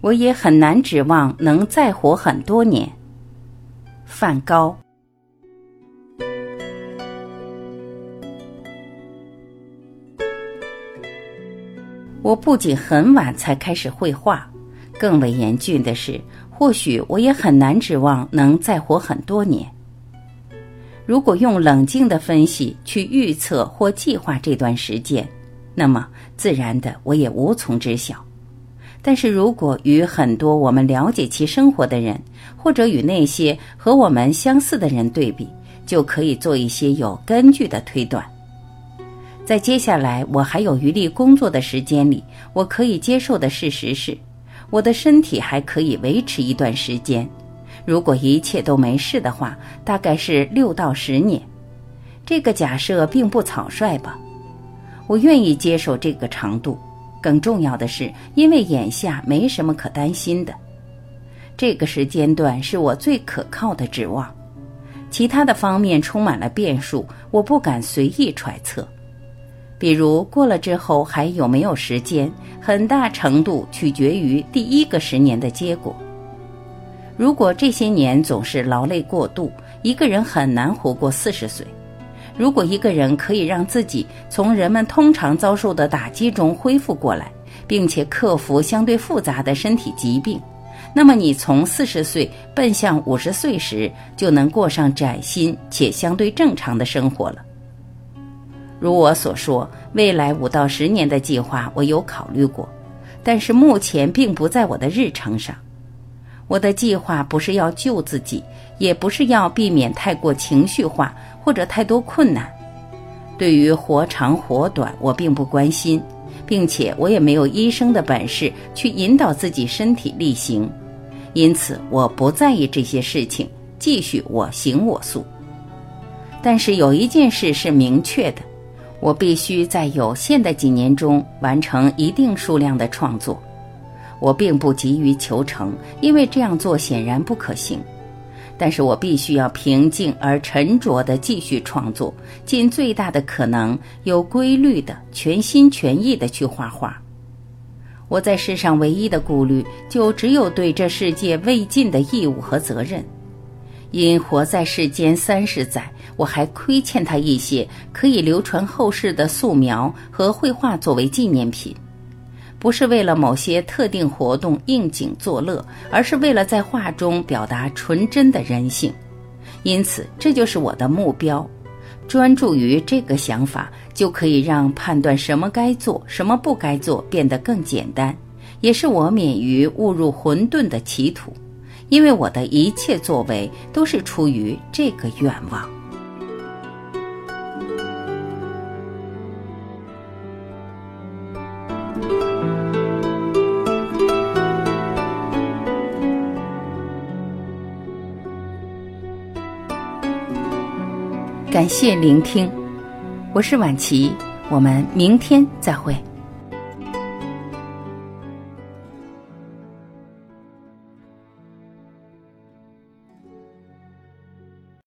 我也很难指望能再活很多年。梵高。我不仅很晚才开始绘画，更为严峻的是，或许我也很难指望能再活很多年。如果用冷静的分析去预测或计划这段时间，那么自然的我也无从知晓。但是如果与很多我们了解其生活的人，或者与那些和我们相似的人对比，就可以做一些有根据的推断。在接下来我还有余力工作的时间里，我可以接受的事实是，我的身体还可以维持一段时间。如果一切都没事的话，大概是6到10年。这个假设并不草率吧？我愿意接受这个长度。更重要的是，因为眼下没什么可担心的。这个时间段是我最可靠的指望。其他的方面充满了变数，我不敢随意揣测。比如过了之后还有没有时间，很大程度取决于第一个10年的结果。如果这些年总是劳累过度，一个人很难活过40岁。如果一个人可以让自己从人们通常遭受的打击中恢复过来，并且克服相对复杂的身体疾病，那么你从40岁奔向50岁时，就能过上崭新且相对正常的生活了。如我所说，未来5到10年的计划我有考虑过，但是目前并不在我的日程上。我的计划不是要救自己，也不是要避免太过情绪化或者太多困难。对于活长活短，我并不关心，并且我也没有医生的本事去引导自己身体力行，因此我不在意这些事情，继续我行我素。但是有一件事是明确的，我必须在有限的几年中完成一定数量的创作。我并不急于求成，因为这样做显然不可行。但是我必须要平静而沉着地继续创作，尽最大的可能有规律的、全心全意地去画画。我在世上唯一的顾虑，就只有对这世界未尽的义务和责任。因活在世间30载，我还亏欠他一些可以流传后世的素描和绘画作为纪念品。不是为了某些特定活动应景作乐，而是为了在画中表达纯真的人性。因此这就是我的目标，专注于这个想法，就可以让判断什么该做什么不该做变得更简单，也是我免于误入混沌的歧途，因为我的一切作为都是出于这个愿望。感谢聆听，我是婉琪，我们明天再会。